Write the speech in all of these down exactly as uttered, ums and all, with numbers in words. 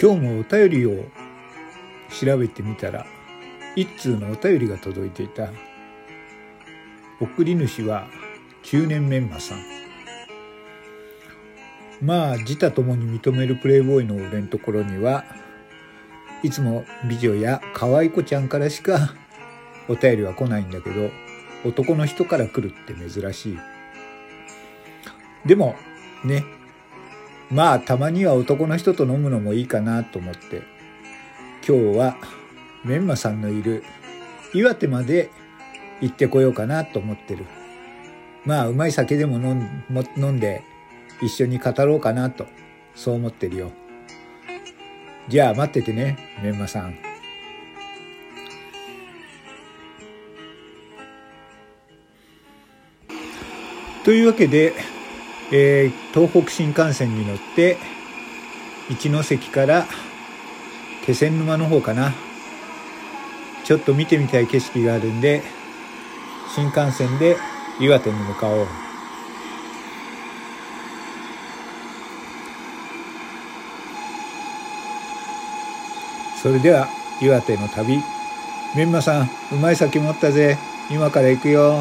今日もお便りを調べてみたら一通のお便りが届いていた。送り主は中年メンマさん。まあ自他ともに認めるプレイボーイの俺のところにはいつも美女や可愛い子ちゃんからしかお便りは来ないんだけど、男の人から来るって珍しい。でもね、まあたまには男の人と飲むのもいいかなと思って今日はメンマさんのいる岩手まで行ってこようかなと思ってる。まあうまい酒でも飲ん、飲んで一緒に語ろうかなとそう思ってるよ。じゃあ待っててね、メンマさん。というわけで、えー、東北新幹線に乗って一ノ関から気仙沼の方かな、ちょっと見てみたい景色があるんで新幹線で岩手に向かおう。それでは岩手の旅、メンマさんうまい酒持ったぜ、今から行くよ。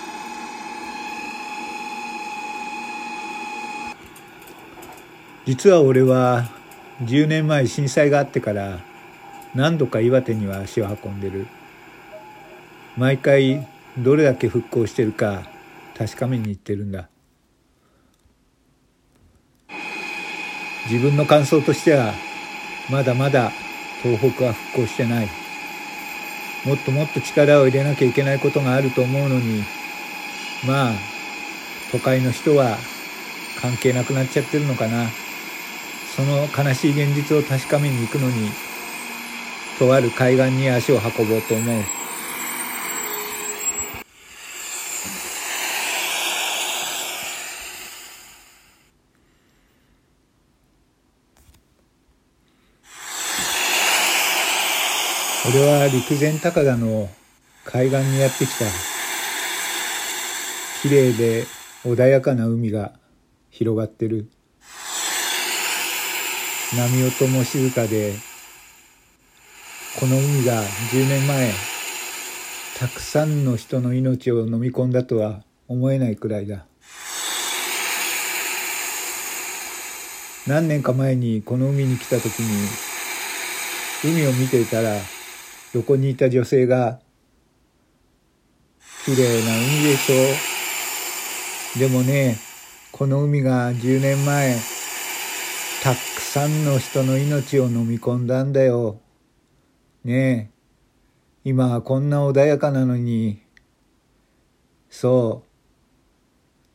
実は俺はじゅうねんまえ震災があってから何度か岩手には足を運んでる。毎回どれだけ復興してるか確かめに行ってるんだ。自分の感想としてはまだまだ東北は復興してない。もっともっと力を入れなきゃいけないことがあると思うのに、まあ都会の人は関係なくなっちゃってるのかな。その悲しい現実を確かめに行くのにとある海岸に足を運ぼうと思う。俺は陸前高田の海岸にやってきた。綺麗で穏やかな海が広がってる。波音も静かで、この海がじゅうねんまえたくさんの人の命を飲み込んだとは思えないくらいだ。何年か前にこの海に来た時に海を見ていたら横にいた女性が、綺麗な海でしょ。でもね、この海がじゅうねんまえたくさんの人の命を飲み込んだんだよ。ねえ、今はこんな穏やかなのに、そう、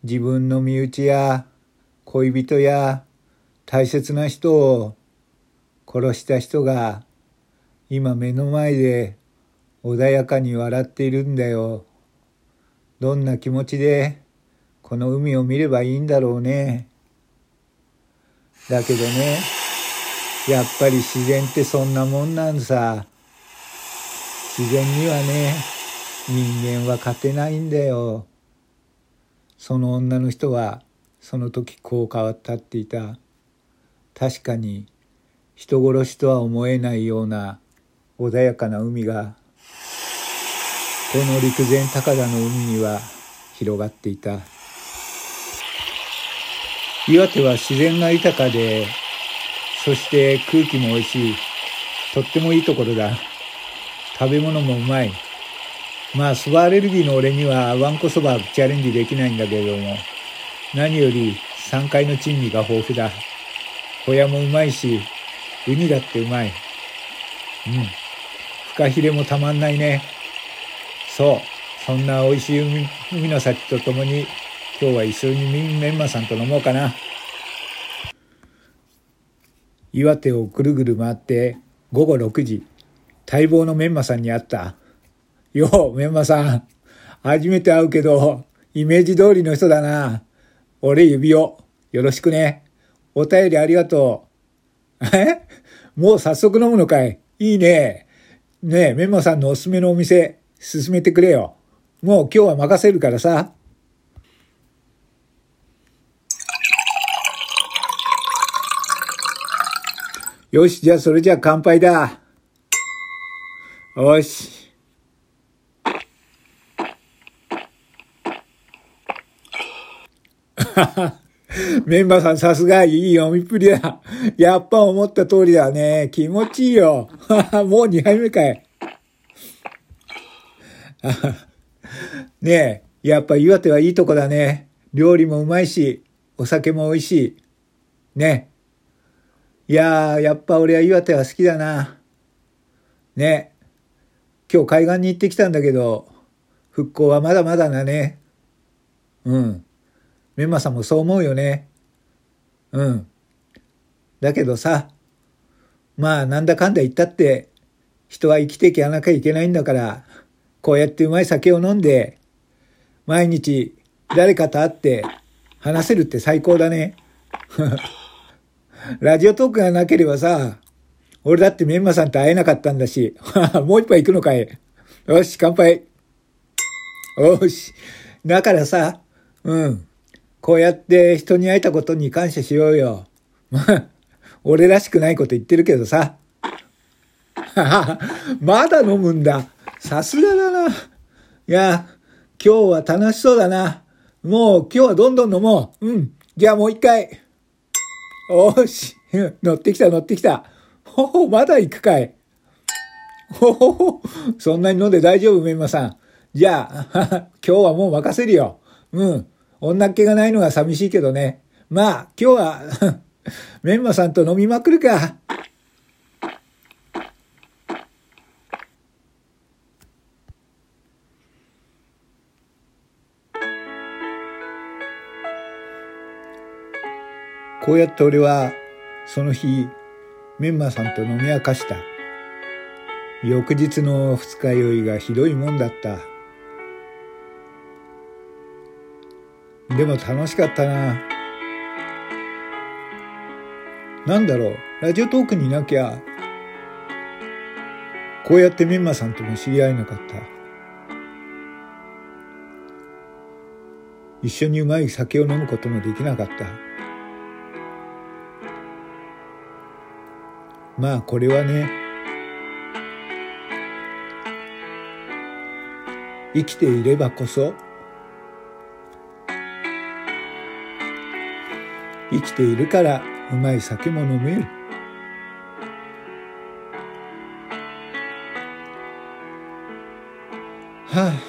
自分の身内や恋人や大切な人を殺した人が今目の前で穏やかに笑っているんだよ。どんな気持ちでこの海を見ればいいんだろうね。だけどね、やっぱり自然ってそんなもんなんさ。自然にはね、人間は勝てないんだよ。その女の人はその時こう変わったって言った。確かに人殺しとは思えないような穏やかな海がこの陸前高田の海には広がっていた。岩手は自然が豊かで、そして空気も美味しい、とってもいいところだ。食べ物もうまい。まあそばアレルギーの俺にはわんこそばチャレンジできないんだけれども、何よりさんかいの珍味が豊富だ。ホヤもうまいし、ウニだってうまい。うん、フカヒレもたまんないね。そう、そんな美味しい 海, 海の幸とともに今日は一緒にメンマさんと飲もうかな。岩手をぐるぐる回ってごごろくじ、待望のメンマさんに会った。ようメンマさん、初めて会うけどイメージ通りの人だな。俺指輪よろしくね。お便りありがとう。え、もう早速飲むのかい。いいね。ねえメンマさんのおすすめのお店勧めてくれよ。もう今日は任せるからさ。 よし、じゃあそれじゃあ乾杯だ。よし。メンバーさんさすがいい飲みっぷりだ。やっぱ思った通りだね。気持ちいいよ。もうにはいめかい。ねえ、やっぱ岩手はいいとこだね。料理もうまいし、お酒も美味しい。ね。いやー、やっぱ俺は岩手は好きだな。ね。今日海岸に行ってきたんだけど、復興はまだまだだね。うん。メンマさんもそう思うよね。うん。だけどさ、まあなんだかんだ言ったって、人は生きていかなきゃいけないんだから、こうやってうまい酒を飲んで、毎日誰かと会って話せるって最高だね。ラジオトークがなければさ、俺だってメンマさんと会えなかったんだし、もう一杯行くのかい。よし、乾杯。よし。だからさ、うん。こうやって人に会えたことに感謝しようよ。俺らしくないこと言ってるけどさ。まだ飲むんだ。さすがだな。いや、今日は楽しそうだな。もう今日はどんどん飲もう。うん。じゃあもう一回。おし。乗ってきた乗ってきた。ほほ、まだ行くかい。ほほほ。そんなに飲んで大丈夫、メンマさん。じゃあ、今日はもう任せるよ。うん。女っ気がないのが寂しいけどね。まあ、今日は、メンマさんと飲みまくるか。こうやって俺は、その日、メンマさんと飲み明かした。翌日の二日酔いがひどいもんだった。でも楽しかったな。なんだろう、ラジオトークにいなきゃ、こうやってメンマさんとも知り合えなかった。一緒にうまい酒を飲むこともできなかった。まあこれはね、生きていればこそ、生きているからうまい酒も飲める。はあ、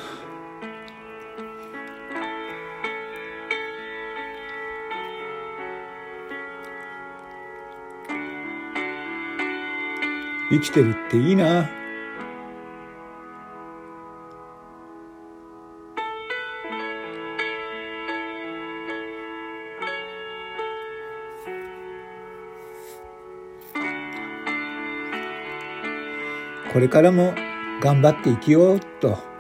生きてるっていいな。これからも頑張って生きようっと。